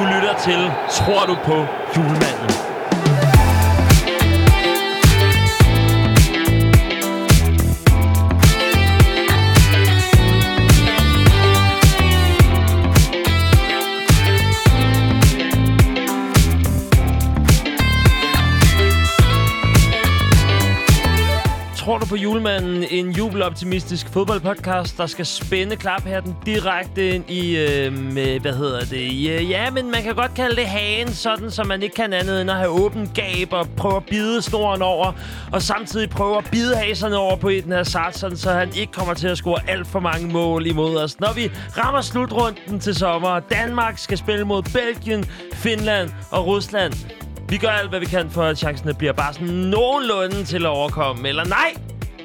lytter til Tror du på julemanden? Tror du på julemanden? En jubeloptimistisk fodboldpodcast, der skal spænde klaphatten direkte ind i, ja, men man kan godt kalde det hagen, sådan så man ikke kan andet end at have åbent gab og prøve at bide snoren over, og samtidig prøve at bide haserne over på Eden Hazard, sådan så han ikke kommer til at score alt for mange mål imod os. Når vi rammer slutrunden til sommer, Danmark skal spille mod Belgien, Finland og Rusland. Vi gør alt, hvad vi kan, for at chancerne bliver bare sådan nogenlunde til at overkomme. Eller nej!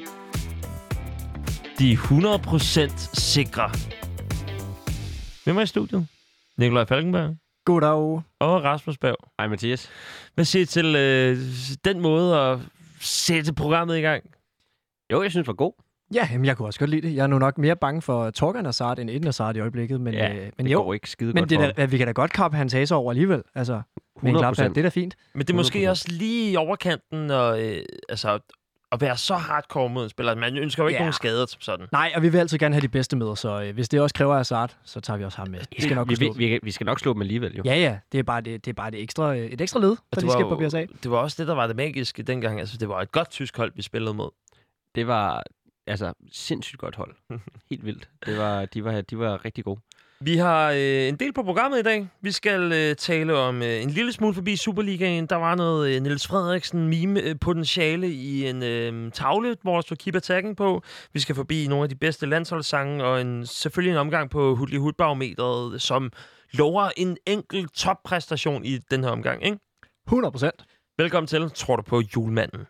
De er 100% sikre. Hvem er i studiet? Nikolaj Falkenberg. Goddag. Og Rasmus Berg. Hej Mathias. Hvad siger I til den måde at sætte programmet i gang? Jo, jeg synes, det var god. Ja, men jeg kunne også godt lide det. Jeg er nu nok mere bange for Torgan Hazard end Eden Hazard i øjeblikket. Men, ja, men det jo, går ikke skide men godt det der, vi kan da godt kappe hans hase over alligevel. Altså, med en klaphat, det er da fint. Men det er måske 100%. Også lige i overkanten at være så hardcore mod en spiller. Man ønsker jo ikke nogen skader som sådan. Nej, og vi vil altid gerne have de bedste med, så hvis det også kræver Hazard, så tager vi også ham med. Vi skal nok vi skal nok slå dem alligevel, jo. Ja, det er bare et ekstra led, for de skal barberes af. Det var også det, der var det magiske dengang. Altså, det var et godt tysk hold, vi spillede mod. Det var sindssygt godt hold. Helt vildt. De var rigtig gode. Vi har en del på programmet i dag. Vi skal tale om en lille smule forbi Superligaen. Der var noget Niels Frederiksen meme-potentiale i en tavle, hvor der stod Keep Attacking på. Vi skal forbi nogle af de bedste landsholdssange, og selvfølgelig en omgang på Hudli Hud-barometeret, som lover en enkelt toppræstation i den her omgang, ikke? 100%. Velkommen til Tror du på julemanden?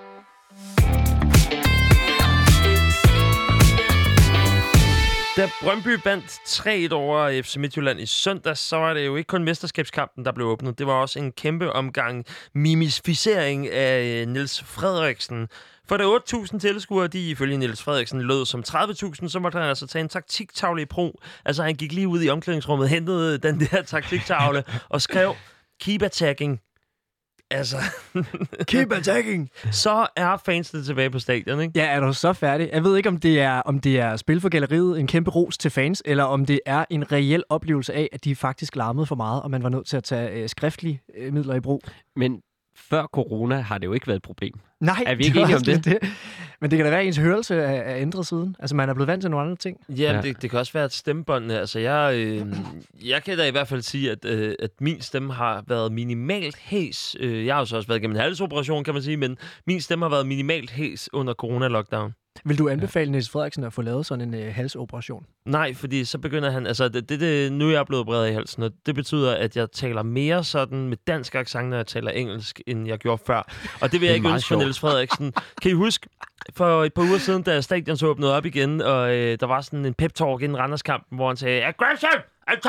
Da Brøndby bandt 3-1 over FC Midtjylland i søndags, så var det jo ikke kun mesterskabskampen, der blev åbnet. Det var også en kæmpe omgang mimificering af Niels Frederiksen. For da 8.000 tilskuere, de ifølge Niels Frederiksen lød som 30.000, så måtte han altså tage en taktiktavle i brug. Altså han gik lige ud i omklædningsrummet, hentede den der taktiktavle og skrev Keep Attacking. Altså, Keep Attacking. Så er fansene tilbage på stadion, ikke? Ja, er du så færdig? Jeg ved ikke, om det er spil for galleriet, en kæmpe ros til fans, eller om det er en reel oplevelse af, at de faktisk larmede for meget, og man var nødt til at tage skriftlige midler i brug. Men før corona har det jo ikke været et problem. Nej, er vi ikke enige om det? Men det kan da være, at ens hørelse er ændret siden. Altså, man er blevet vant til nogle andre ting. Ja. Det kan også være, at stemmebåndene... Altså, jeg kan da i hvert fald sige, at min stemme har været minimalt hæs. Jeg har jo så også været gennem en halsoperation, kan man sige, men min stemme har været minimalt hæs under corona-lockdown. Vil du anbefale Niels Frederiksen at få lavet sådan en halsoperation? Nej, fordi så begynder han... Altså, nu er jeg blevet opereret i halsen, og det betyder, at jeg taler mere sådan med dansk accent, når jeg taler engelsk, end jeg gjorde før. Og det vil jeg ikke ønske for Niels Frederiksen. Kan I huske, for et par uger siden, da stadion så åbnede op igen, og der var sådan en pep-talk inden Randerskampen, hvor han sagde, aggression!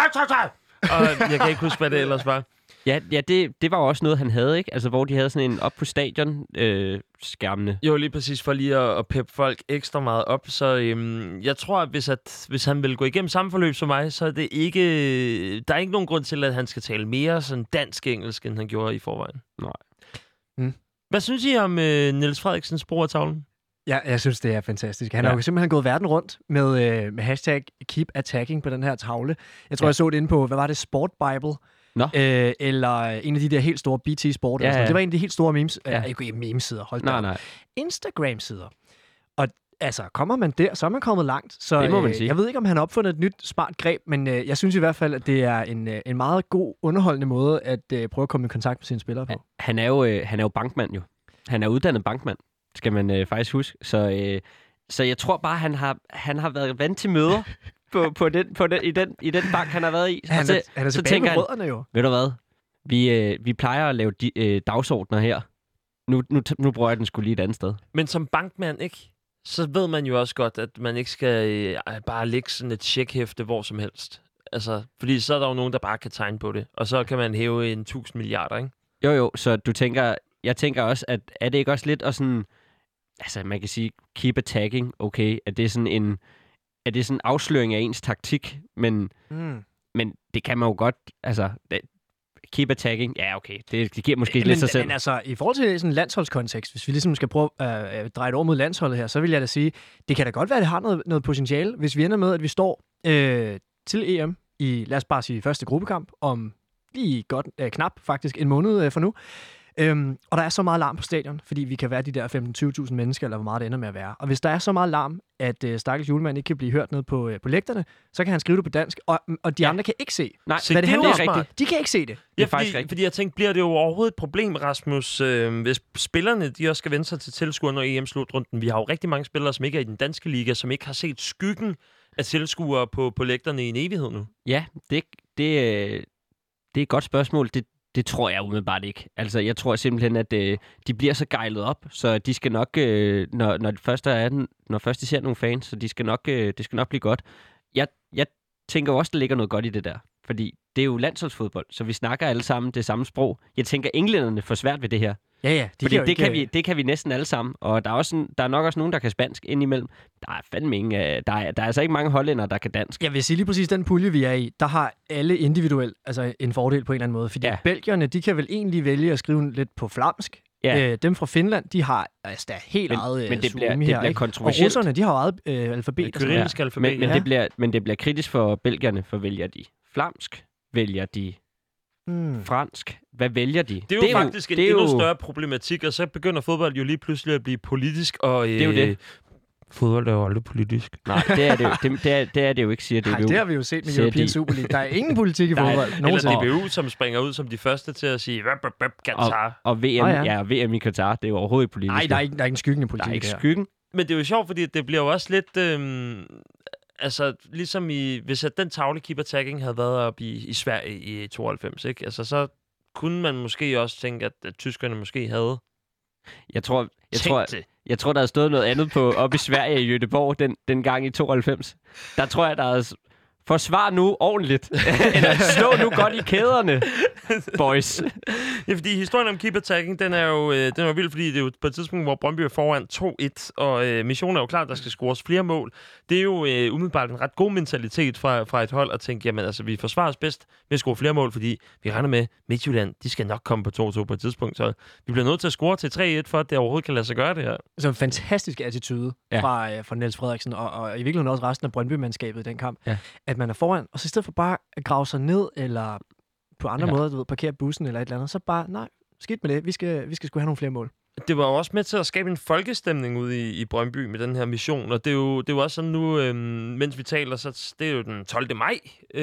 Og jeg kan ikke huske, hvad det ellers var. Ja, det var også noget, han havde, ikke? Altså, hvor de havde sådan en op på stadion skærmene. Jo, lige præcis for lige at peppe folk ekstra meget op. Så jeg tror, at hvis han vil gå igennem samme forløb som mig, så er det ikke... Der er ikke nogen grund til, at han skal tale mere sådan dansk-engelsk, end han gjorde i forvejen. Nej. Hvad synes I om Niels Frederiksens brug af tavlen? Ja, jeg synes, det er fantastisk. Han har jo simpelthen gået verden rundt med hashtag Keep Attacking på den her tavle. Jeg tror, jeg så det inde på, hvad var det, Sport Bible? Eller en af de der helt store BT Sport. Ja. Det var en af de helt store memes. Ikke meme-sider, hold da. Nej. Instagram-sider. Og altså, kommer man der, så er man kommet langt. Så det må man sige. Jeg ved ikke, om han har opfundet et nyt smart greb, men jeg synes i hvert fald, at det er en meget god, underholdende måde at prøve at komme i kontakt med sine spillere på. Han er jo bankmand jo. Han er uddannet bankmand, skal man faktisk huske. Så jeg tror bare, han har været vant til møder i den bank, han har været i. Han er tilbage med rødderne jo. Ved du hvad? Vi plejer at lave dagsordner her. Nu bruger jeg den sgu lige et andet sted. Men som bankmand, ikke? Så ved man jo også godt, at man ikke skal bare lægge sådan et checkhæfte hvor som helst. Altså, fordi så er der jo nogen, der bare kan tegne på det. Og så kan man hæve 1.000 milliarder, ikke? Jo, så jeg tænker også, at er det ikke også lidt og sådan... Altså, man kan sige, keep attacking, okay. Er det sådan en afsløring af ens taktik? Men det kan man jo godt... Altså, keep attacking. Ja, okay. Det giver måske lidt sig selv. Men altså, i forhold til sådan en landsholdskontekst, hvis vi ligesom skal prøve at dreje det over mod landsholdet her, så vil jeg da sige, det kan da godt være, at det har noget potentiale, hvis vi ender med, at vi står til EM i, lad os bare sige, første gruppekamp om lige godt, knap faktisk en måned fra nu. Og der er så meget larm på stadion, fordi vi kan være de der 15-20.000 mennesker, eller hvor meget det ender med at være. Og hvis der er så meget larm, at stakkels julemand ikke kan blive hørt ned på lægterne, så kan han skrive det på dansk, og de andre kan ikke se, hvad det handler om. De kan ikke se det. Ja, fordi jeg tænkte, bliver det jo overhovedet et problem, Rasmus, hvis spillerne de også skal vende sig til tilskuere når EM-slutrunden? Vi har jo rigtig mange spillere, som ikke er i den danske liga, som ikke har set skyggen af tilskuere på lægterne i en evighed nu. Ja, det er et godt spørgsmål. Det tror jeg umiddelbart ikke. Altså, jeg tror simpelthen, at de bliver så gejlet op, så de skal nok, når først de ser nogle fans, så det skal nok blive godt. Jeg tænker også, der ligger noget godt i det der, fordi det er jo landsholdsfodbold, så vi snakker alle sammen det samme sprog. Jeg tænker, englænderne får svært ved det her. Ja, fordi det kan vi næsten alle sammen, og der er nok også nogen, der kan spansk indimellem. Der er fandme ingen, der er altså ikke mange hollændere, der kan dansk. Jeg vil sige lige præcis, den pulje, vi er i, der har alle individuelt altså en fordel på en eller anden måde, fordi belgierne, de kan vel egentlig vælge at skrive lidt på flamsk. Ja. Dem fra Finland, de har altså der helt eget men det bliver kontroversielt. Og russerne, de har eget alfabet. Kyrillisk alfabet. Men det bliver kritisk for belgierne, for vælger de flamsk, vælger de fransk. Hvad vælger de? Det er jo faktisk en endnu større problematik, og så begynder fodbold jo lige pludselig at blive politisk. Og, det er jo det. Fodbold er jo aldrig politisk. Nej, det er det jo, det er det jo ikke, siger DBU. Nej, det har vi jo set med European Super League. Der er ingen politik i fodbold. Eller DBU, som springer ud som de første til at sige, Qatar. Og VM i Qatar, det er jo overhovedet ikke politisk. Nej, der er ikke en skyggen af politik. Der er ikke skyggen. Men det er jo sjovt, fordi det bliver jo også lidt... altså, ligesom hvis den tavle keep attacking havde været op i Sverige i 92, ikke? Altså, så kunne man måske også tænke, at tyskerne måske havde... Jeg tror, der havde stået noget andet op i Sverige i Göteborg den gang i 92. Der tror jeg, der er forsvar nu ordentligt. Eller slå nu godt i kæderne, boys. Ja, fordi historien om keep attacking, den er jo vild, fordi det er jo på et tidspunkt, hvor Brøndby er foran 2-1, og missionen er jo klart, at der skal scores flere mål. Det er jo umiddelbart en ret god mentalitet fra et hold at tænke, jamen altså, vi forsvarer os bedst ved at score flere mål, fordi vi regner med Midtjylland, de skal nok komme på 2-2 på et tidspunkt, så vi bliver nødt til at score til 3-1, for at det overhovedet kan lade sig gøre det her. Så en fantastisk attitude fra Niels Frederiksen, og i virkeligheden også resten af Brøndby-mandskabet i den kamp, at man er foran, og så i stedet for bare at grave sig ned, eller på andre måder, parkere bussen eller et eller andet, så bare, nej, skidt med det, vi skal sgu have nogle flere mål. Det var jo også med til at skabe en folkestemning ude i Brøndby med den her mission, og det er jo også sådan nu, mens vi taler, så det er jo den 12. maj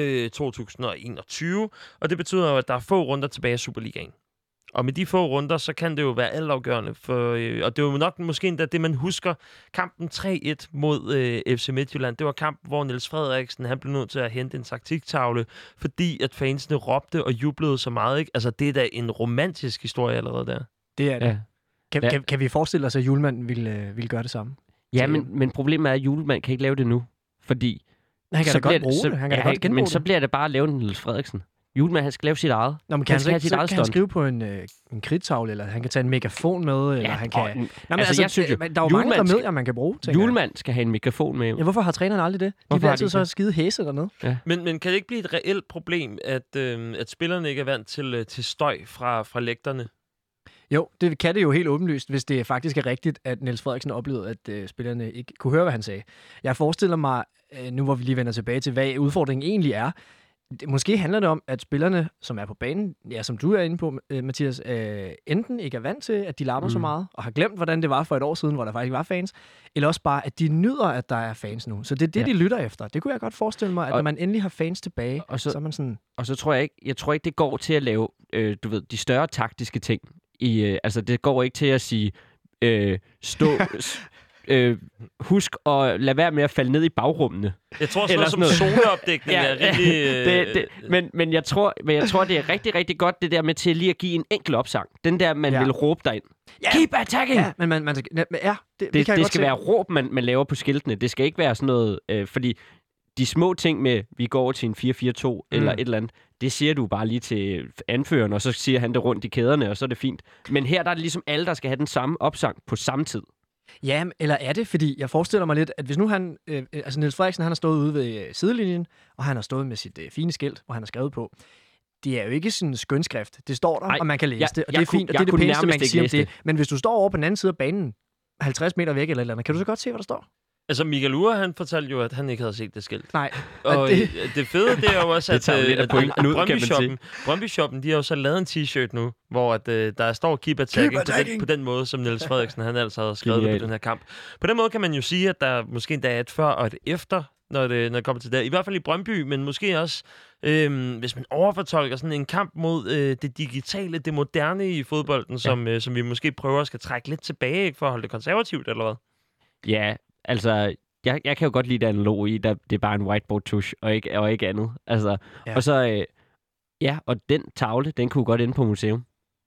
2021, og det betyder jo, at der er få runder tilbage i Superligaen. Og med de få runder, så kan det jo være altafgørende. Og det er jo nok måske endda det, man husker. Kampen 3-1 mod FC Midtjylland. Det var kamp, hvor Niels Frederiksen han blev nødt til at hente en taktiktavle, fordi at fansene råbte og jublede så meget. Ikke? Altså, det er da en romantisk historie allerede der. Det er det. Ja. Kan vi forestille os, at Julemand ville gøre det samme? Ja, men problemet er, at Julemand kan ikke lave det nu. Fordi... Han kan da godt bruge det. Han kan da godt genbruge men så bliver det bare at lave Niels Frederiksen. Julemand, han skal lave sit eget. Nå, men kan han skrive på en kridtavle, eller han kan tage en megafon med, eller han kan... jeg synes jo, der er jo mange remedier, man kan bruge. Julemand skal have en megafon med. Ja, hvorfor har træneren aldrig det? De bliver altid så skide hæse dernede. Ja. Men kan det ikke blive et reelt problem, at spillerne ikke er vant til støj fra lægterne? Jo, det kan det jo helt åbenlyst, hvis det faktisk er rigtigt, at Niels Frederiksen oplevede, at spillerne ikke kunne høre, hvad han sagde. Jeg forestiller mig, nu hvor vi lige vender tilbage til, hvad udfordringen egentlig er, måske handler det om, at spillerne, som er på banen, ja, som du er inde på, Mathias, enten ikke er vant til, at de larmer så meget, og har glemt, hvordan det var for et år siden, hvor der faktisk var fans, eller også bare, at de nyder, at der er fans nu. Så det er det, de lytter efter. Det kunne jeg godt forestille mig, at når man endelig har fans tilbage, så er man sådan... Og så tror jeg ikke, det går til at lave, de større taktiske ting. Altså, det går ikke til at sige, husk at lade være med at falde ned i bagrummene. Jeg tror sådan noget som zoneopdækning er rigtig... Men jeg tror, det er rigtig, rigtig godt, det der med til lige at give en enkelt opsang. Den der, man vil råbe derind. Keep attacking! Ja, men man det skal være råb, man laver på skiltene. Det skal ikke være sådan noget... fordi de små ting med, vi går over til en 4-4-2 eller et eller andet, det siger du bare lige til anføreren, og så siger han det rundt i kæderne, og så er det fint. Men her der er det ligesom alle, der skal have den samme opsang på samme tid. Ja, eller er det? Fordi jeg forestiller mig lidt, at hvis nu Niels Frederiksen, han har stået ude ved sidelinjen, og han har stået med sit fine skilt, hvor han har skrevet på, det er jo ikke sådan en skønskrift. Det står der, og man kan læse det, og det er fint, og det er det kunne pæneste, man kan sige om læse det. Men hvis du står over på den anden side af banen, 50 meter væk eller et eller andet, kan du så godt se, hvad der står? Altså, Michael Ure, han fortalte jo, at han ikke havde set det skilt. Nej. Og det fede, det er jo også, at Brøndby-shoppen, de har jo så lavet en t-shirt nu, hvor at, der står Keep Attacking på den måde, som Niels Frederiksen, han altså havde skrevet det på den her kamp. På den måde kan man jo sige, at der måske endda er et før og et efter, når det kommer til det. I hvert fald i Brøndby, men måske også, hvis man overfortolker sådan en kamp mod det digitale, det moderne i fodbolden, som vi måske prøver at skal trække lidt tilbage, ikke, for at holde det konservativt, eller hvad? Ja, altså, jeg kan jo godt lide det analog i, det er bare en whiteboard-tusch, og ikke andet. Altså, og så, og den tavle, den kunne godt ende på museum.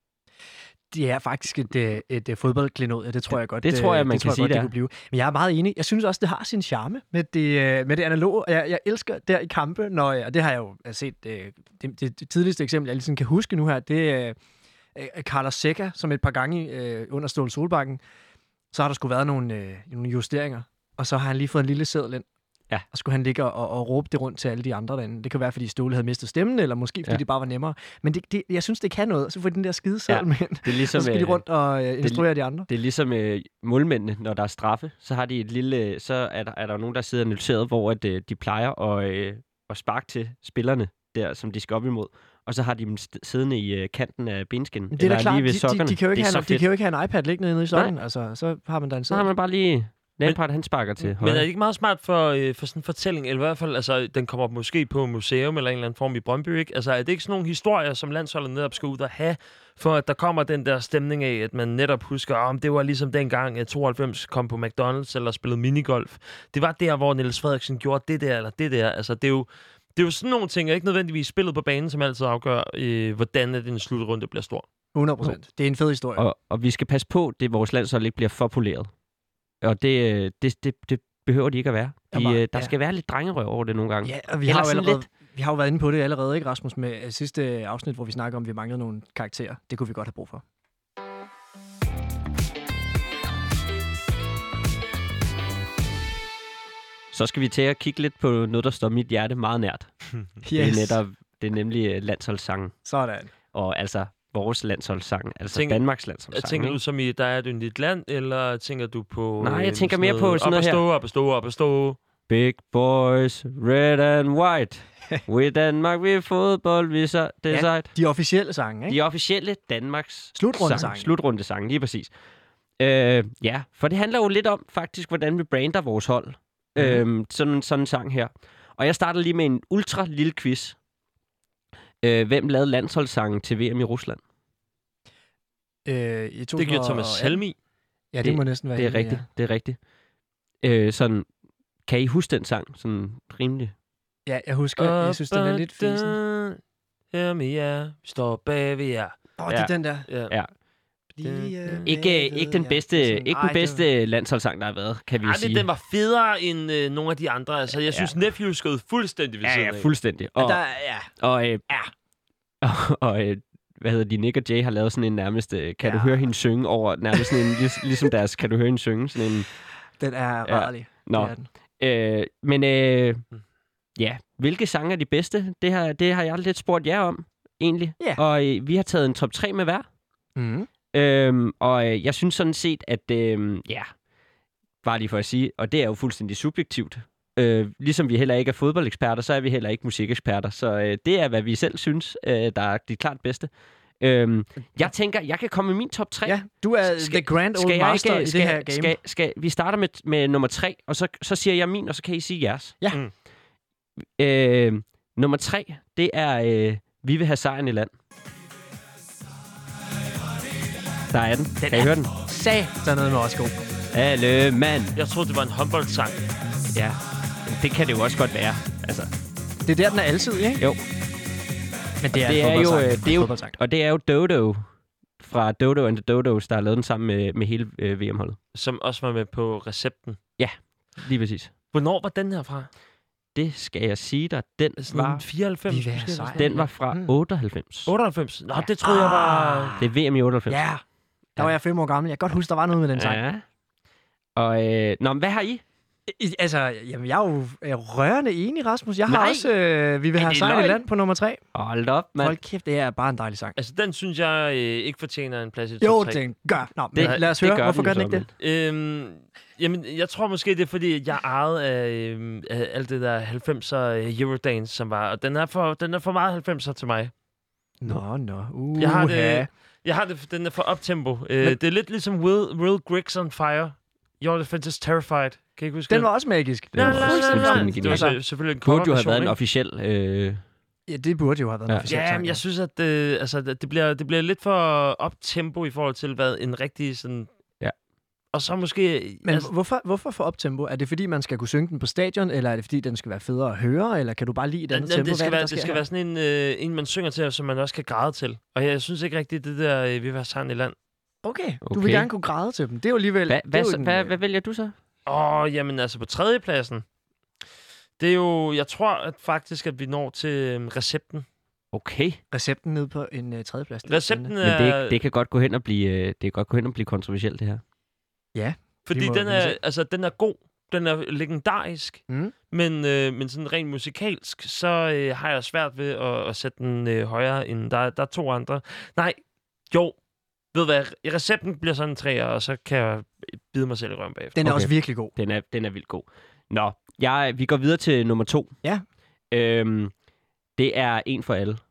Det er faktisk et fodboldklenod, det tror jeg godt. Det tror jeg, man kan sige, det kunne blive. Men jeg er meget enig. Jeg synes også, det har sin charme med det analoge. Jeg elsker der i kampe, og det har jeg jo set. Det tidligste eksempel, jeg ligesom kan huske nu her, det er Carlos Seca, som et par gange under Ståle Solbakken, så har der sgu været nogle justeringer, og så har han lige fået en lille seddel ind. Ja. Og skulle han ligge og råbe det rundt til alle de andre derinde. Det kan være, fordi Ståle havde mistet stemmen, eller måske fordi det bare var nemmere. Men jeg synes, det kan noget. Så får den der skideseddel med ind. Det er ligesom, så skal de rundt og instruere de andre. Det er ligesom målmændene, når der er straffe. Så har de et lille... Så er der nogen, der sidder noteret, hvor at, de plejer at sparke til spillerne der, som de skal op imod. Og så har de dem siddende i kanten af benskinnen. Det er da klart, lige ved sokkerne. De kan jo ikke have en iPad liggende nede i sokken. Altså, så har man da en så har man bare lige... Lampard, han sparker til højre. Men er det ikke meget smart for sådan en fortælling, eller i hvert fald, altså, den kommer måske på museum eller en eller anden form i Brøndby, ikke? Altså, er det ikke sådan nogle historier, som landsholdet netop skal ud og have, for at der kommer den der stemning af, at man netop husker, om det var ligesom dengang, at 92 kom på McDonald's eller spillede minigolf. Det var der, hvor Niels Frederiksen gjorde det der eller det der. Altså, det er jo sådan nogle ting, og ikke nødvendigvis spillet på banen, som altid afgør, hvordan en slutrunde bliver stor. 100%. Det er en fed historie. Og vi skal passe på, at vores landshold ikke bliver for poleret. Og det behøver de ikke at være. Der skal være lidt drengerøv over det nogle gange. Ja, og vi har jo været inde på det allerede, ikke, Rasmus, med sidste afsnit, hvor vi snakker om, at vi manglede nogle karakterer. Det kunne vi godt have brug for. Så skal vi til at kigge lidt på noget, der står mit hjerte meget nært. Yes. Det er nemlig landsholdssangen. Sådan. Og altså... vores landsholdssang, altså Danmarks landsholdssang. Tænker du som i, der er du i dit land, eller tænker du på... Nej, jeg tænker mere på sådan noget her. Op og stå. Big boys, red and white. We Danmark, vi fodbold, vi så det er sejt. De officielle sange, ikke? De officielle Danmarks slutrundesange, lige præcis. For det handler jo lidt om, faktisk, hvordan vi brander vores hold. Sådan en sang her. Og jeg starter lige med en ultra lille quiz. Hvem lavede landsholdssangen til VM i Rusland? Det giver Thomas Helmi. Ja, det må næsten være. Det er rigtigt, det er rigtigt. Sådan, kan I huske den sang? Sådan rimelig. Ja, jeg husker. Jeg synes, den er lidt fisen. Hør med jer, vi står bag ved jer. Det er den der. Ja. Ikke den bedste landsholdssang, der har været, kan vi sige. Men den var federe end nogle af de andre. Altså, jeg synes, Nephew skød fuldstændig ved siden af. Ja, fuldstændig. Hvad hedder de? Nick og Jay har lavet sådan en nærmest... Kan du høre hende synge over... Nærmest sådan en, ligesom deres... Kan du høre hende synge? Sådan en, den er rædderlig. Hvilke sange er de bedste? Det har jeg lidt spurgt jer om, egentlig. Yeah. Og vi har taget en top 3 med hver. Og jeg synes sådan set, at... bare lige for at sige, og det er jo fuldstændig subjektivt. Ligesom vi heller ikke er fodboldeksperter, så er vi heller ikke musikeksperter. Så det er, hvad vi selv synes, der er det klart bedste. Jeg tænker, jeg kan komme med min top 3. Ja, du er the grand old master i det her game. Vi starter med nummer 3, og så siger jeg min, og så kan I sige jeres. Ja. Nummer 3, det er Vi vil have sejren i land. Der er den. Kan I høre den? Der er noget med også god. Alle mand. Jeg troede, det var en håndboldsang. Ja, det kan det jo også godt være. Altså. Det er der, den er alsidig, ikke? Jo. Men det er jo og det er jo Dodo fra Dodo and the Dodos, der har lavet den sammen med hele VM-holdet. Som også var med på recepten. Ja, lige præcis. Hvornår var den her fra? Det skal jeg sige dig. Den var 94. Den var fra 98. 98? Nå, det troede jeg var... Det er VM i 98. Ja, der var jeg 5 år gammel. Jeg kan godt huske, der var noget med den sang. Ja. Og, men hvad har I? Altså, jamen, jeg er jo rørende enig, Rasmus. Jeg har også Vi vil have sejren i land på nummer 3. Hold op, mand. Hold kæft, det er bare en dejlig sang. Altså, den synes jeg ikke fortjener en plads i top 3. Jo, den gør. Nå, men lad os høre, hvorfor gør den ikke det? Jamen, jeg tror måske, det er, fordi jeg ejede af alt det der 90'er Eurodance, som var... Og den er for meget 90'er til mig. Nå. Jeg har det, den er for optempo. Det er lidt ligesom Will Griggs on Fire. Your Defense is Terrified. Kan I ikke huske den? var også magisk. Det var fuldstændig genialt. Det var selvfølgelig en burde jo have været en ikke? officiel... Ja, det burde jo have været en officiel sang. Men jeg synes, at det bliver lidt for optempo i forhold til, hvad en rigtig sådan... Ja. Og så måske... Men hvorfor for optempo? Er det fordi, man skal kunne synge den på stadion, eller er det fordi, den skal være federe at høre, eller kan du bare lide et andet tempo? Det skal være sådan en, man synger til, som man også kan græde til. Og jeg synes ikke rigtigt, det der Vi vil have sejren i land. Okay, du vil gerne kunne græde til dem. Det er jo alligevel... Hvad vælger du så? Jamen altså på tredjepladsen. Det er jo... Jeg tror at faktisk, at vi når til recepten. Okay. Recepten ned på en tredjeplads. Recepten er... Men det kan godt gå hen og blive kontroversielt, det her. Ja. Fordi den er god. Den er legendarisk. Men sådan rent musikalsk, så har jeg svært ved at sætte den højere end... Der er 2 andre. Nej, jo... Ved hvad, recepten bliver sådan en 3'er, og så kan jeg bide mig selv i røven bagefter. Den er også virkelig god. Den er vildt god. Nå, vi går videre til nummer 2. Ja. Det er En for alle.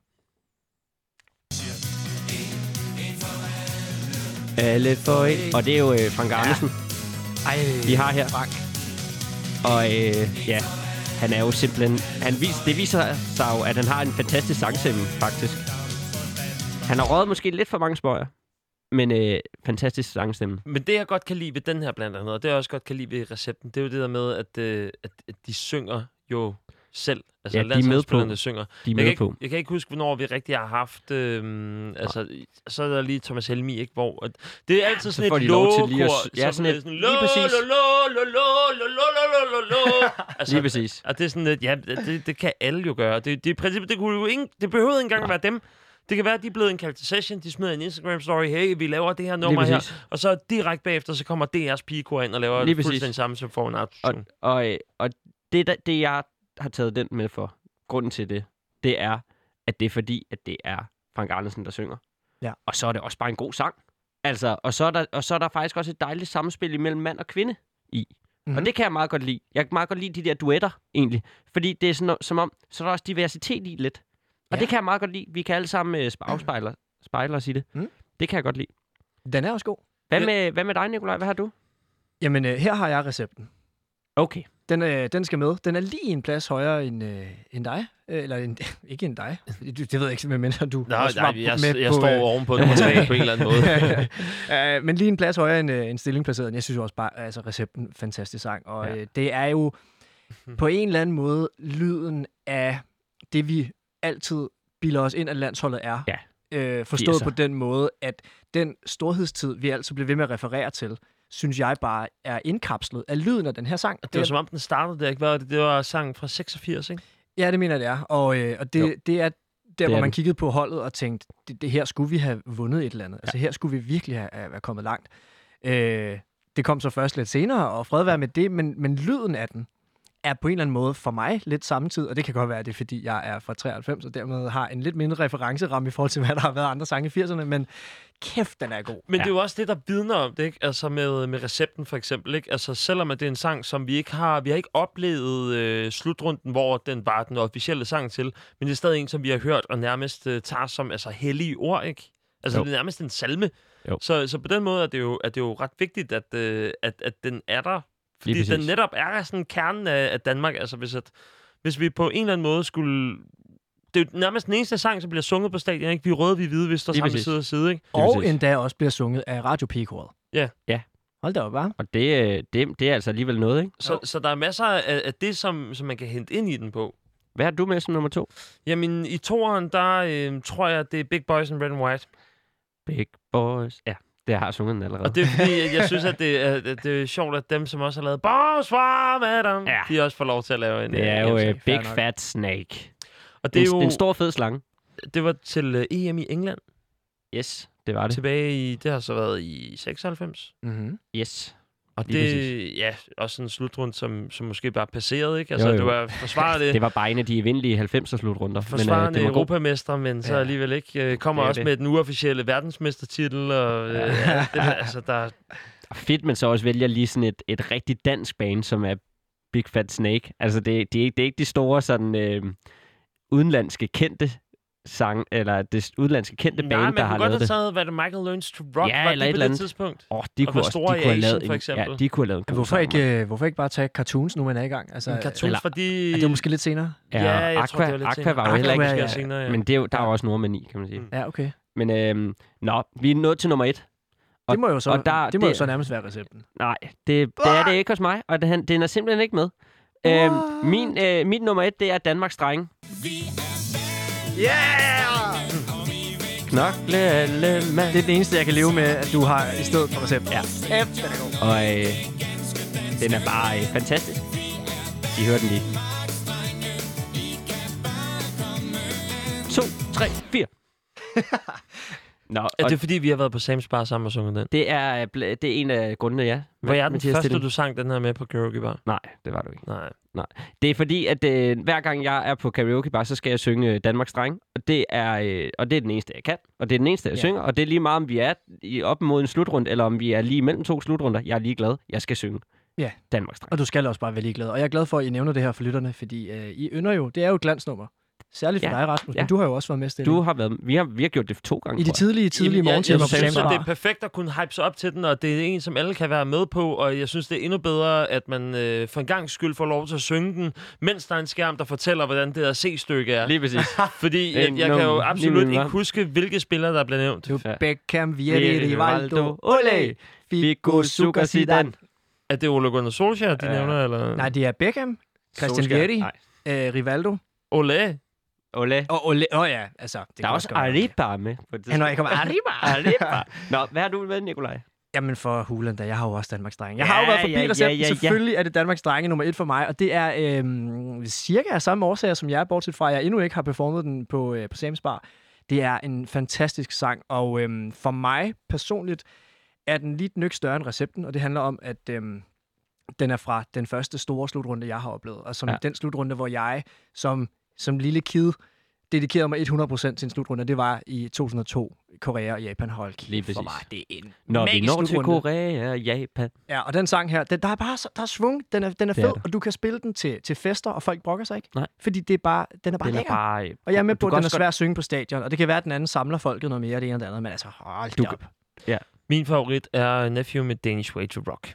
Alle for en. Og det er jo Frank Andersen. Vi har her. Frank. Og han er jo simpelthen... Det viser sig jo, at han har en fantastisk sangstemme, faktisk. Han har røget måske lidt for mange spøjer. Men fantastisk sangstemme. Men det, jeg godt kan lide ved den her blandt andet, og det jeg også godt kan lide ved recepten, det er jo det der med, at de synger jo selv. Altså, ja, de er med på. Synger. De er med på. Jeg kan ikke huske, hvornår vi rigtig har haft... så er der lige Thomas Helmi, ikke? Hvor... Det er altid sådan et lågekor. Ja, sådan et... Lige præcis. Lige præcis. Og det er sådan et... Ja, det kan alle jo gøre. Det i princippet, det behøvede ikke engang at være dem. Det kan være, at de er blevet indkaldt til session, de smider en Instagram-story, hey, vi laver det her nummer her, og så direkte bagefter, så kommer DR's pigekor ind og laver det fuldstændig samme, som får en autotune. Og det, jeg har taget den med for, grunden til det er, at det er fordi, at det er Frank Andersen, der synger. Ja. Og så er det også bare en god sang. Altså, og så er der faktisk også et dejligt samspil imellem mand og kvinde i. Mm-hmm. Og det kan jeg meget godt lide. Jeg kan meget godt lide de der duetter, egentlig. Fordi det er sådan, som om, så er der også diversitet i lidt. Og det kan jeg meget godt lide. Vi kan alle sammen spejler sige det. Det kan jeg godt lide. Den er også god. Hvad med dig, Nikolaj? Hvad har du? Jamen, her har jeg recepten. Okay. Den skal med. Den er lige en plads højere end dig. Eller ikke end dig. Det ved jeg ikke, medmindre du jeg står ovenpå nummer 3 på en eller anden måde. Men lige en plads højere end stillingplaceret. Jeg synes også bare, altså recepten, fantastisk sang. Og det er jo på en eller anden måde lyden af det, vi altid bilder os ind, at landsholdet er. Ja. Forstået på den måde, at den storhedstid, vi altid bliver ved med at referere til, synes jeg bare er indkapslet af lyden af den her sang. Det var som om den startede der, ikke? Det var sangen fra 86, ikke? Ja, det mener jeg, det er. Og det er der, hvor man kiggede på holdet og tænkte, det her skulle vi have vundet et eller andet. Altså her skulle vi virkelig have kommet langt. Det kom så først lidt senere, og fred være med det, men lyden af den er på en eller anden måde for mig lidt samme tid, og det kan godt være, at det er, fordi jeg er fra 93, og dermed har en lidt mindre referenceramme i forhold til, hvad der har været andre sange i 80'erne, men kæft, den er god. Men det er jo også det, der vidner om det, ikke? Altså med recepten for eksempel, ikke? Altså selvom at det er en sang, som vi har ikke oplevet slutrunden, hvor den var den officielle sang til, men det er stadig en, som vi har hørt og nærmest tager som hellige ord, ikke? Altså det er nærmest en salme. Så på den måde er det jo ret vigtigt, at den er der. Fordi den netop er sådan kernen af Danmark. Altså hvis vi på en eller anden måde skulle... Det er jo nærmest den eneste sang, som bliver sunget på stadion, ikke? Vi er røde, vi er hvide, vi står sammen side og side, ikke? Og endda også bliver sunget af radiopigekoret. Ja. Hold da op, hva'? Og det er altså alligevel noget, ikke? Så der er masser af det, som man kan hente ind i den på. Hvad har du med som nummer 2? Jamen, i toeren, der tror jeg, det er Big Boys in Red and White. Big Boys, ja. Det har jeg sunget den allerede. Og det er fordi, jeg synes, at det er sjovt, at dem, som også har lavet Bonsoir Madame, de også får lov til at lave en... Det er jo Big Fat Snake. Og det er jo en stor fed slange. Det var til EM i England. Yes, det var det. Tilbage i... Det har så været i 96. Mm-hmm. Yes. Og det også sådan en slutrunde, som måske bare passerede, ikke? Altså, jo. det var forsvaret det var bare en af de evindelige 90'er-slutrunder. Forsvarende europamestre, men så alligevel ikke. Kommer også med den uofficielle verdensmestertitel, og der... Fedt, men så også vælger lige sådan et rigtig dansk band, som er Big Fat Snake. Altså, det er ikke de store sådan udenlandske kendte sang, eller det udenlandske kendte band, der har lavet det. Nej, men man kunne godt have taget, hvad det Michael Learns to Rock var eller det på det tidspunkt. De kunne have lavet for eksempel. Ja, de kunne have lavet hvorfor ikke bare tage Cartoons, nu man er i gang? Altså, Cartoons, fordi... det var måske lidt senere? Ja, jeg tror, det var lidt senere. Aqua var jo heller ikke senere, ja. Men der er jo også nordmani, kan man sige. Ja, okay. Men vi er nået til nummer 1. Det må jo så nærmest være recepten. Nej, det er det ikke hos mig, og den er simpelthen ikke med. Min nummer 1, det er Danmarks Drenge. Yeah! Knokle alle mand. Det er det eneste, jeg kan leve med, at du har i stedet for recept. Ja. Og den er bare fantastisk. I hører den lige. 2, 3, 4. Nå, er det fordi, vi har været på Sam's Bar sammen og sunget den? Det er en af grundene, ja. Var jeg den første, du sang den her med på Karaoke Bar? Nej, det var du ikke. Nej. Det er fordi, at hver gang jeg er på Karaoke Bar, så skal jeg synge Danmarks Dreng. Og det er den eneste, jeg kan. Og det er den eneste, jeg synger. Og det er lige meget, om vi er op mod en slutrunde, eller om vi er lige mellem 2 slutrunder. Jeg er lige glad. Jeg skal synge Danmarks Dreng. Og du skal også bare være lige glad. Og jeg er glad for, at I nævner det her for lytterne, fordi I ynder jo, det er jo et glansnummer. Særligt for dig, Rasmus, men du har jo også været med, Stille. Vi har gjort det 2 gange. I de tidlige morgentimer på Sam's Bar. Jeg synes, det er perfekt at kunne hype sig op til den, og det er en, som alle kan være med på, og jeg synes, det er endnu bedre, at man for en gang skyld får lov til at synge den, mens der er en skærm, der fortæller, hvordan det der C-stykke er. Lige præcis. Fordi jeg kan jo absolut ikke huske, hvilke spillere, der er blevet nævnt. Du Beckham, Vieri, Rivaldo, Ole, Figo, Suka, Zidane. Er det Ole Gunnar Solskjaer, de nævner? Eller? Nej, det er Beckham, Christian Vieri, Rivaldo. Ole. Og Ole. Ja, altså. Det der er også Arriba med. Han var ikke om Arriba. Nå, hvad har du med, Nikolaj? Jamen for hulen da, jeg har jo også Danmarks Drenge. Jeg har jo været forbi recepten. Selvfølgelig er det Danmarks Drenge nummer 1 for mig, og det er cirka af samme årsager, som jeg er, bortset fra, at jeg endnu ikke har performet den på Sam's Bar. Det er en fantastisk sang, og for mig personligt er den lige et nyk større end recepten, og det handler om, at den er fra den første store slutrunde, jeg har oplevet, og som den slutrunde, hvor jeg som lille kid dedikerede mig 100% til en slutrunde. Det var i 2002, Korea og Japan. Hold kæft for mig. Det er en når vi når til Korea og Japan. Ja, og den sang her, der er bare der er svung. Den er fed, og du kan spille den til fester, og folk brokker sig ikke. Nej. Fordi den er bare lækker. Og jeg er med på, at den er svær at synge på stadion, og det kan være, at den anden samler folket noget mere af det ene og det andet, men altså, hold da op. Ja. Min favorit er Nephew med Danish Way to Rock.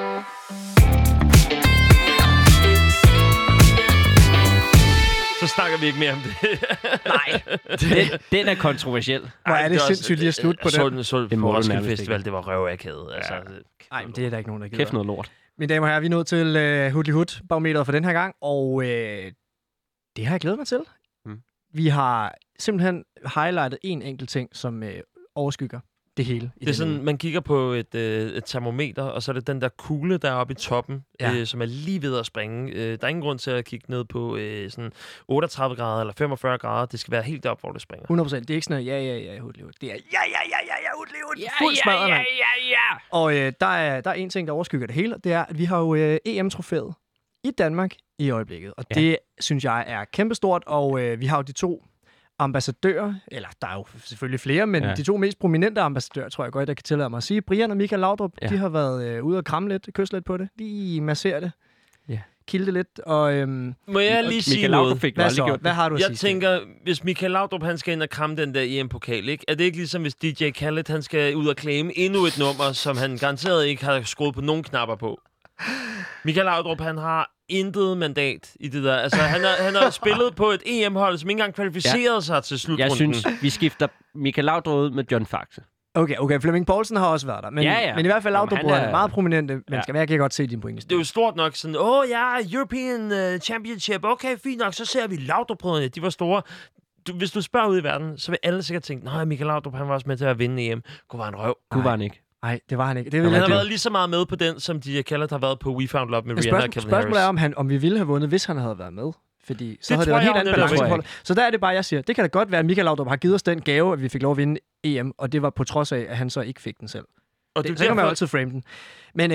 Så snakker vi ikke mere om det. Nej, den er kontroversiel. Hvor er det sindssygt lige at slutte på den. Så det på Roskilde Festival, det var røvakaget. Altså, nej, men det er der ikke nogen, der gider. Kæft noget lort. Mine damer og herrer, vi er nået til Hudli-Hud-barometeret for den her gang, og det har jeg glædet mig til. Vi har simpelthen highlightet en enkelt ting, som overskygger det hele. Det er sådan, man kigger på et termometer, og så er det den der kugle, der er oppe i toppen, som er lige ved at springe. Der er ingen grund til at kigge ned på sådan 38 grader eller 45 grader. Det skal være helt op, hvor det springer. 100%. Det er ikke sådan noget, ja, Hudli-Hud. Det er Hudli-Hud. Fuld smadret, mand. Og der er en ting, der overskygger det hele, det er, at vi har jo EM-trofæet i Danmark i øjeblikket. Og det synes jeg er kæmpestort, og vi har jo de 2 ambassadører, eller der er jo selvfølgelig flere, men de 2 mest prominente ambassadører, tror jeg godt, jeg kan tillade mig at sige. Brian og Michael Laudrup, de har været ude og kramme lidt, kysse lidt på det, lige massere det, kilde lidt, og... Må jeg lige sige noget? Hvad har du at sige? Jeg tænker, hvis Michael Laudrup, han skal ind og kramme den der EM-pokal, ikke? Er det ikke ligesom, hvis DJ Khaled, han skal ud og claime endnu et nummer, som han garanteret ikke har skruet på nogen knapper på? Michael Laudrup, han har intet mandat i det der. Altså, han har spillet på et EM-hold, som ikke engang kvalificerede sig til slutrunden. Jeg synes, vi skifter Michael Laudrup ud med John Faxe. Okay. Flemming Poulsen har også været der. Men i hvert fald Laudrup er meget prominente mennesker. Jeg kan godt se din pointe. Det er jo stort nok sådan, European Championship. Okay, fint nok, så ser vi Laudrup-brødrene. De var store. Hvis du spørger ud i verden, så vil alle sikkert tænke, nej, Michael Laudrup, han var også med til at vinde EM. Kunne var en røv. Kunne var han ikke. Nej, det var han ikke. Han har været lige så meget med på den, som DJ Khaled har været på We Found Love med Rihanna og Calvin Harris. Spørgsmålet er, om vi ville have vundet, hvis han havde været med. Fordi så havde det været en helt anden balance. Så der er det bare, jeg siger, det kan da godt være, at Michael Laudrup har givet os den gave, at vi fik lov at vinde EM, og det var på trods af, at han så ikke fik den selv. Og det kan man jo altid frame den. Men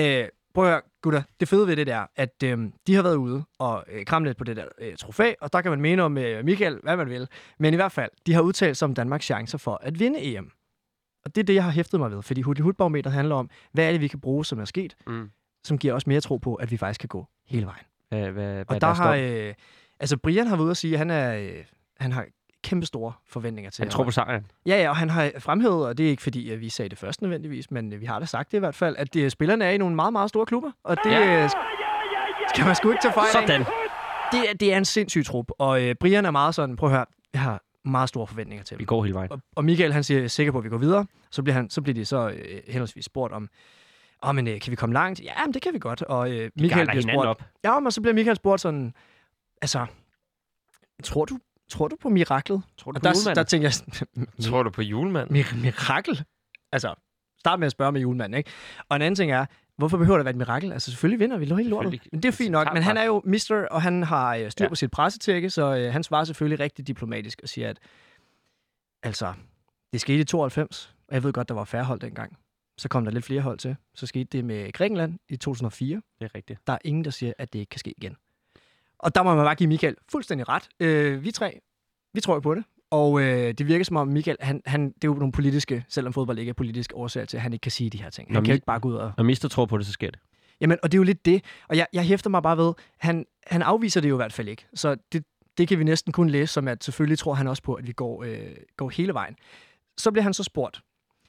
prøv at høre, gutter, det fede ved det der, at de har været ude og kramme lidt på det der trofæ, og der kan man mene om Michael, hvad man vil. Men i hvert fald, de har udtalt sig om Danmarks chancer for at vinde EM. Og det er det, jeg har hæftet mig ved, fordi Hudley-Hud-barometeret handler om, hvad er det, vi kan bruge, som er sket, som giver os mere tro på, at vi faktisk kan gå hele vejen. Og der har, Brian har været ude at sige, at han har kæmpe store forventninger til. Han tror på sejren. Ja, og han har fremhævet, og det er ikke fordi, at vi sagde det først nødvendigvis, men vi har da sagt det i hvert fald, at spillerne er i nogle meget, meget store klubber, og det skal man sgu ikke tage fejl af. Sådan. Det er en sindssyg trup, og Brian er meget sådan, prøv at høre, jeg har meget store forventninger til Vi går hele vejen. Og Michael, han siger sikker på, at vi går videre, så bliver de så henholdsvis spurgt om, men kan vi komme langt? Ja, men det kan vi godt, og Michael bliver spurgt. Op. Ja, men så bliver Michael spurgt sådan, altså, Tror du på miraklet? Tror du på julemanden? Der tænker jeg... Tror du på julemanden? Mirakel? Altså, start med at spørge med julemanden, ikke? Og en anden ting er, hvorfor behøver der være et mirakel? Altså, selvfølgelig vinder vi helt lortet. Men det er fint nok. Men han er jo mister, og han har styr på sit pressetække, så han svarer selvfølgelig rigtig diplomatisk og siger, at altså, det skete i 92, og jeg ved godt, der var færre hold dengang. Så kom der lidt flere hold til. Så skete det med Grækenland i 2004. Det er rigtigt. Der er ingen, der siger, at det ikke kan ske igen. Og der må man bare give Michael fuldstændig ret. Vi tror jo på det. Og det virker som om Michael, det er jo nogle politiske, selvom fodbold ikke er politisk årsager til, at han ikke kan sige de her ting. Han kan jo ikke bare gå ud og... Når mister tror på det, så sker det. Jamen, og det er jo lidt det. Og jeg hæfter mig bare ved, han afviser det jo i hvert fald ikke. Så det kan vi næsten kun læse som, at selvfølgelig tror han også på, at vi går hele vejen. Så bliver han så spurgt,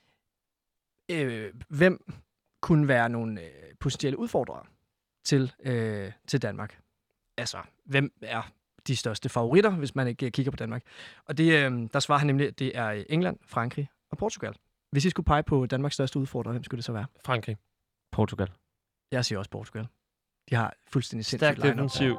hvem kunne være nogle potentielle udfordrere til Danmark? Altså, hvem er de største favoritter, hvis man ikke kigger på Danmark? Og der svarer han nemlig, at det er England, Frankrig og Portugal. Hvis I skulle pege på Danmarks største udfordrer, hvem skulle det så være? Frankrig. Portugal. Jeg siger også Portugal. De har fuldstændig sindssygt stærk defensiv.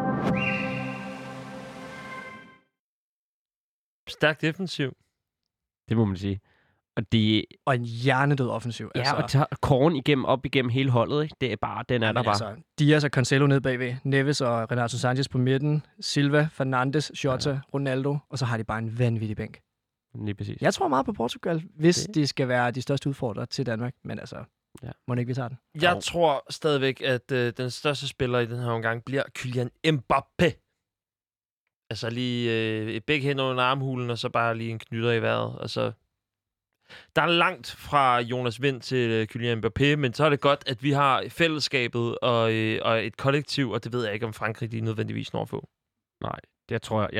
Stærk defensiv. Det må man sige. Og en hjernedød offensiv. Ja, altså. Og tager Korn op igennem hele holdet, ikke? Det er bare, den er der bare. Altså, Diaz og Cancelo nede bagved, Neves og Renato Sanchez på midten, Silva, Fernandes, Jota, Ronaldo, og så har de bare en vanvittig bænk. Lige præcis. Jeg tror meget på Portugal, hvis de skal være de største udfordrere til Danmark, men altså, må ikke vi tager den? Jeg tror stadigvæk, at den største spiller i den her omgang bliver Kylian Mbappé. Altså lige begge hænder under armhulen, og så bare lige en knytter i vejret, og så... Der er langt fra Jonas Vind til Kylian Mbappé, men så er det godt, at vi har fællesskabet og et kollektiv, og det ved jeg ikke, om Frankrig de nødvendigvis når at få. Nej, det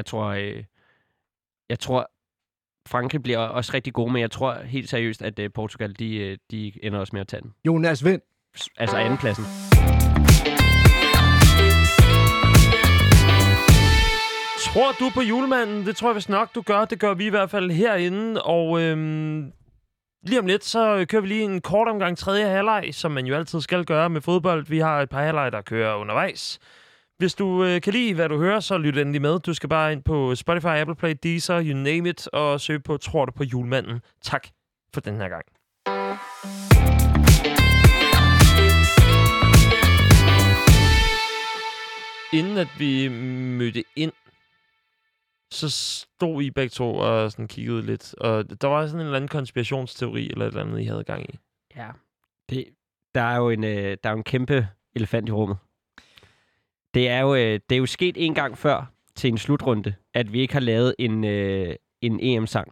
jeg tror Frankrig bliver også rigtig gode, men jeg tror helt seriøst, at Portugal, de ender også med at tage den. Jonas Vind. Altså andenpladsen. Tror du på julemanden? Det tror jeg vist nok, du gør. Det gør vi i hvert fald herinde. Og lige om lidt, så kører vi lige en kort omgang tredje halvleg, som man jo altid skal gøre med fodbold. Vi har et par halvleg, der kører undervejs. Hvis du kan lide, hvad du hører, så lyt endelig med. Du skal bare ind på Spotify, Apple Play, Deezer, you name it, og søg på Tror du på julemanden. Tak for den her gang. Inden at vi mødte ind, så stod I begge to og sådan kiggede lidt. Og der var sådan en eller anden konspirationsteori eller et eller andet, I havde gang i. Ja, der er jo en kæmpe elefant i rummet. Det er jo sket en gang før til en slutrunde, at vi ikke har lavet en EM-sang.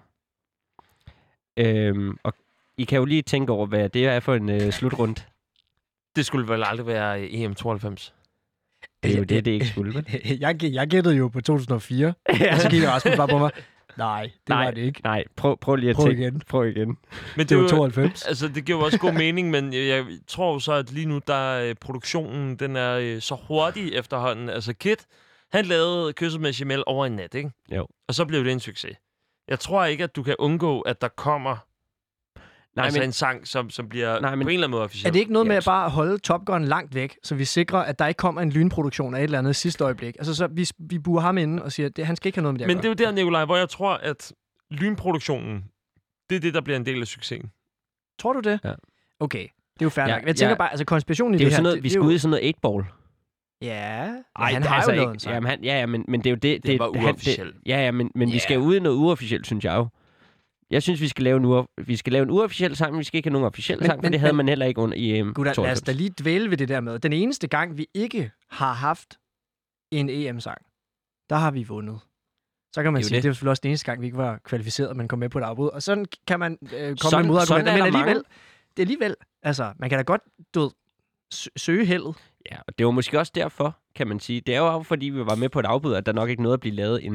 Og I kan jo lige tænke over, hvad det er for en slutrunde. Det skulle vel aldrig være EM92. Det er jo det ikke skulle. Jeg gættede jo på 2004, og så kiggede Rasmus bare på mig. Nej, var det ikke. Nej, prøv lige at tænke. Prøv igen. Men det var 92. Altså, det giver jo også god mening, men jeg tror så, at lige nu, der produktionen, den er så hurtig efterhånden. Altså, Kit, han lavede Kysset med Jamel over en nat, ikke? Jo. Og så blev det en succes. Jeg tror ikke, at du kan undgå, at der kommer en sang, som bliver på en eller anden måde officiel. Er det ikke noget med at bare holde Top Gun langt væk, så vi sikrer, at der ikke kommer en lynproduktion af et eller andet sidste øjeblik? Altså, så vi burer ham inde og siger, at han skal ikke have noget med det. Men det er jo der, Nikolaj, hvor jeg tror, at lynproduktionen, det er det, der bliver en del af succesen. Tror du det? Ja. Okay, det er jo fair nok. Jeg tænker bare, altså konspirationen i det er det her... Sådan noget, vi skal ud i sådan noget 8-ball. Ja, han har jo noget. Men det er jo det... Det var uofficielt. Men vi skal ud i noget uofficielt, synes jeg jo. Jeg synes, vi skal lave en uofficiel sang, men vi skal ikke have nogen officiel sang, for det havde man heller ikke under i EM. Gutter, lad os da lige dvæle ved det der med. Den eneste gang, vi ikke har haft en EM-sang, der har vi vundet. Så kan man sige, det er selvfølgelig også den eneste gang, vi ikke var kvalificeret, men kom med på et afbud. Og sådan kan man komme med modargumenter. Men alligevel, altså, man kan da godt søge heldet. Ja, og det var måske også derfor, kan man sige. Det er jo fordi, vi var med på et afbud, at der nok ikke nåede at blive lavet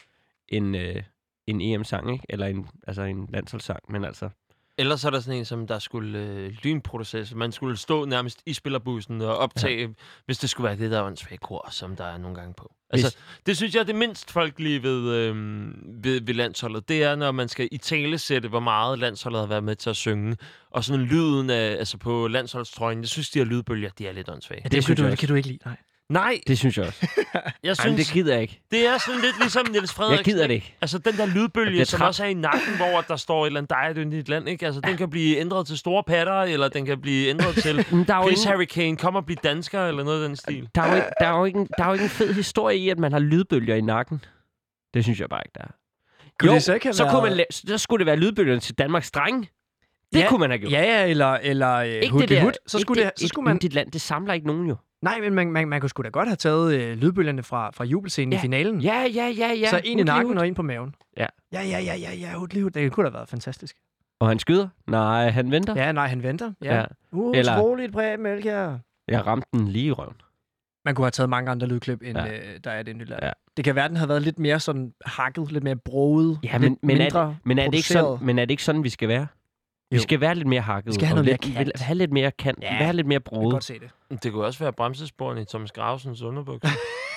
en EM-sang, ikke? Eller en landsholdssang, men altså... Ellers er der sådan en, som der skulle lynproduceres. Man skulle stå nærmest i spillerbussen og optage, hvis det skulle være det, der var en svag kor, som der er nogle gange på. Altså, det synes jeg er det mindst folkelige ved landsholdet. Det er, når man skal italesætte, hvor meget landsholdet har været med til at synge. Og sådan lyden på landsholdstrøjen. Jeg synes, de her lydbølger, de er lidt åndssvage. Ja, det kan du ikke lide, Nej. Det synes jeg også. Jeg synes, det gider jeg ikke. Det er sådan lidt ligesom Niels Frederiksen. Jeg gider det ikke. Altså den der lydbølge, som også er i nakken, hvor der står et eller andet dejligt i et land, ikke? Altså den kan blive ændret til store patter, eller den kan blive ændret til Please Harry Kane, kom og blive dansker, eller noget af den stil. Der er jo ikke en fed historie i, at man har lydbølger i nakken. Det synes jeg bare ikke, der er. Så skulle det være lydbølgerne til Danmarks drenge. Det kunne man have gjort. Ja, eller hud. Så skulle man... Dit land, det samler ikke nogen jo. Nej, men man kunne sgu da godt have taget lydbølgerne fra jubelscenen i finalen. Ja. Så en i nakken og en på maven. Ja. Ja, hud. Det kunne da have været fantastisk. Og han skyder? Nej, han venter. Ja, han venter. Ja. Utroligt Preben Elkjær. Jeg ramte den lige i røven. Man kunne have taget mange andre lydklip, end der er det land. Ja. Det kan være, den har været lidt mere sådan hakket, lidt mere broget, men er det ikke sådan, vi skal være? Vi skal være lidt mere hakket. Vi skal have noget mere kant. Have lidt mere kant. Ja, være lidt mere broget. Jeg kan godt se det. Det kunne også være bremsesporene i Thomas Gravsens underbukser.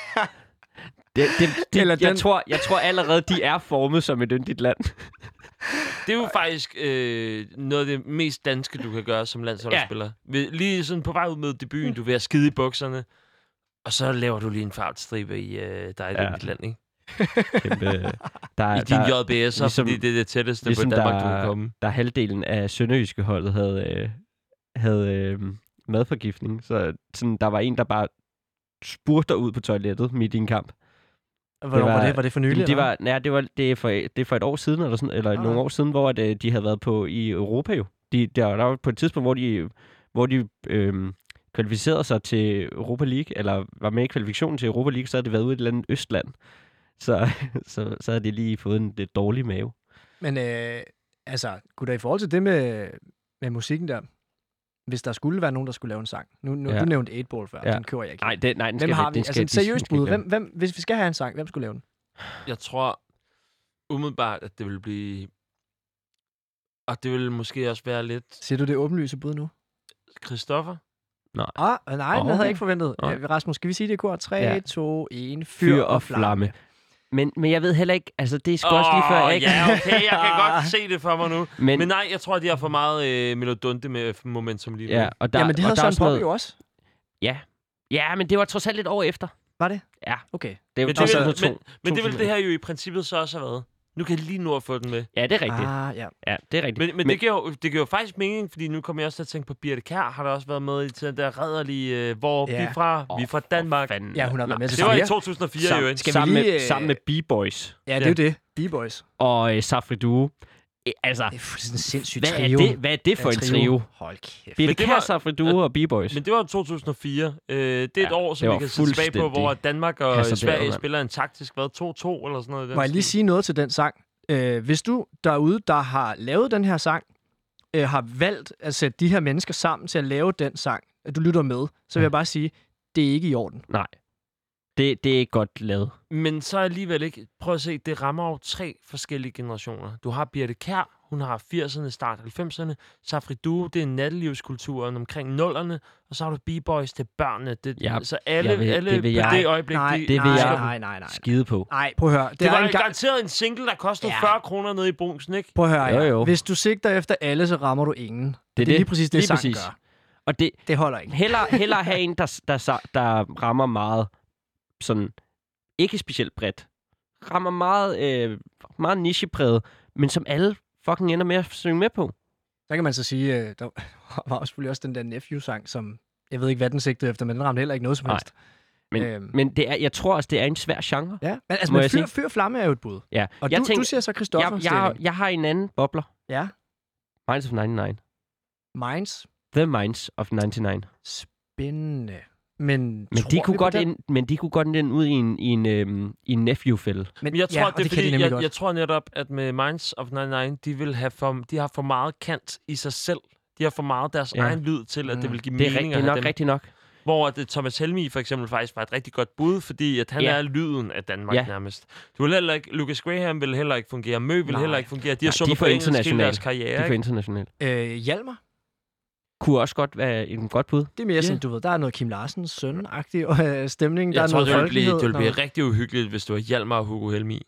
Jeg tror allerede, de er formet som et yndigt land. Det er jo faktisk noget af det mest danske, du kan gøre som landsholdsspiller. Lige sådan på vej ud med debuten, du er ved at skide i bukserne, og så laver du lige en fartstribe i der er et yndigt land, ikke? I din JBS, ligesom, fordi det er det tætteste ligesom på Danmark, du kan komme. Der halvdelen af sønderjyske holdet havde madforgiftning, så sådan, der var en, der bare spurgte ud på toilettet midt i en kamp. Var det for nylig? Det er for et år siden, eller nogle år siden, hvor de havde været på i Europa jo. Der var på et tidspunkt, hvor de kvalificerede sig til Europa League, eller var med i kvalifikationen til Europa League, så havde det været ude i et eller andet østland. Så havde de lige fået en lidt dårlig mave. Men gutter, i forhold til det med musikken der, hvis der skulle være nogen, der skulle lave en sang. Du nævnte 8-Ball før, den kører jeg ikke. Nej, den skal har vi? Altså et seriøst bud. Hvem, hvis vi skal have en sang, hvem skulle lave den? Jeg tror umiddelbart, at det vil blive... Og det vil måske også være lidt... Siger du det åbenlyse bud nu? Christoffer? Nej. Den havde jeg ikke forventet. Rasmus, skal vi sige det i kor? 3, 2, 1. Fyr og flamme. Men jeg ved heller ikke, altså det er sgu også lige før, jeg ikke... Ja, okay, jeg kan godt se det for mig nu. Men nej, jeg tror, de har for meget melodunte med momentum lige nu. Ja, men det havde Søren Poppe jo også. Ja, men det var trods alt lidt år efter. Var det? Ja. Okay. Men det vil det her jo i princippet så også have været. Nu kan jeg lige nå at få den med. Ja, det er rigtigt. Ja, det er rigtigt. Men det giver jo faktisk mening, fordi nu kommer jeg også til at tænke på Birthe Kjær, har der også været med i den der rædderlige, hvor vi er fra Danmark. Ja, hun har været med til det var i 2004 jo. Sammen med B-Boys. Ja, det er jo det. B-Boys. Og Safri Duo. Altså, det er sådan en sindssyg trio. Hvad er det for en trio? Hold kæft. Birthe Kjær, Safri Duo og B-Boys. Men det var 2004. Det er et år, som vi kan se tilbage på, hvor Danmark og Sverige spiller en taktisk 2-2 eller sådan noget. Må jeg lige sige noget til den sang? Hvis du derude, der har lavet den her sang, har valgt at sætte de her mennesker sammen til at lave den sang, at du lytter med, så vil jeg bare sige, det er ikke i orden. Nej. Det er ikke godt lavet. Men så alligevel ikke. Prøv at se, det rammer jo 3 forskellige generationer. Du har Birthe Kjær, hun har 80'erne, start 90'erne. Safri Duo, det er nattelivskulturen omkring 0'erne. Og så har du B-Boys, det er børnene. Så alle det øjeblik... Nej. Skide på. Nej, prøv at høre. Det var garanteret en single, der kostede 40 kroner nede i Brunsen, ikke? Prøv at høre, jo. Hvis du sigter efter alle, så rammer du ingen. Det er lige præcis det, sang gør. Og det holder ikke. Hellere have en, der rammer meget... sådan ikke specielt bredt. Rammer meget nichepræget, men som alle fucking ender med at synge med på. Der kan man så sige, der var selvfølgelig også den der Nephew-sang, som jeg ved ikke, hvad den sigtede efter, men den ramte heller ikke noget som helst. Men det er, jeg tror også, det er en svær genre. Ja, men altså, Fyr Flamme er jo et bud. Ja. Og du siger så Christoffer. Jeg har en anden bobler. Ja. Minds of 99. Minds? The Minds of 99. Spændende. Men de kunne godt ind ud i en nephew-fælde. Men jeg tror, det er fordi, jeg tror netop, at med Minds of 99, de har for meget kant i sig selv. De har for meget deres egen lyd til, at det vil give mening. Det er nok rigtigt nok. Hvor Thomas Helmig for eksempel faktisk var et rigtig godt bud, fordi at han er lyden af Danmark nærmest. Du vil heller ikke, Lucas Graham vil heller ikke fungere, Mø vil heller ikke fungere. De har sunget på engelsk hele deres karriere. De er for internationalt. Hjalmar? Kunne også godt være en godt bud. Det er mere sådan, du ved, der er noget Kim Larsens søn-agtig stemning. Jeg tror, det vil blive rigtig uhyggeligt, hvis du har Hjalmar og Hugo Helmig.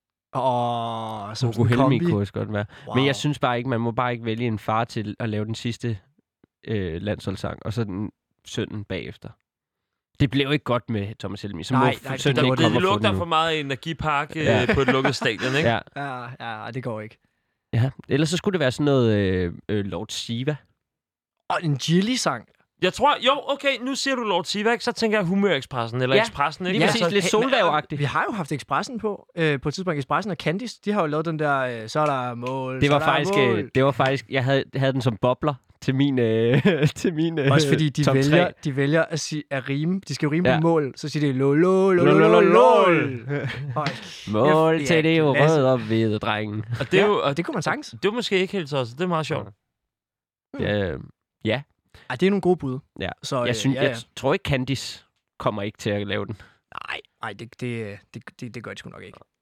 Hugo Helmig kunne også godt være. Wow. Men jeg synes bare ikke, man må bare ikke vælge en far til at lave den sidste landsholdssang, og så den sønnen bagefter. Det blev ikke godt med Thomas Helmig. Nej, det lugter for meget energipark på et lukket stadion, ikke? Ja, det går ikke. Ja, ellers så skulle det være sådan noget Lord Siva. Og en Gilly-sang. Jeg tror, okay, nu siger du Lord Siva, ikke? Så tænker jeg Humør-Expressen, eller Expressen, ikke? Lige præcis, lidt solværvagtigt. Vi har jo haft Expressen på et tidspunkt. Expressen og Candice, de har jo lavet den der, så er der mål, det var faktisk, jeg havde den som bobler til min også fordi de vælger at rime. De skal jo rime på mål, så siger de lol. Mål til det røde og hvide drengen. Og det kunne man sagtens. Det var måske ikke helt så, det er meget sjovt. Ja. Ej, det er nogle gode bud. Ja. Så, jeg tror ikke, Candice kommer ikke til at lave den. Nej, det gør de sgu nok ikke.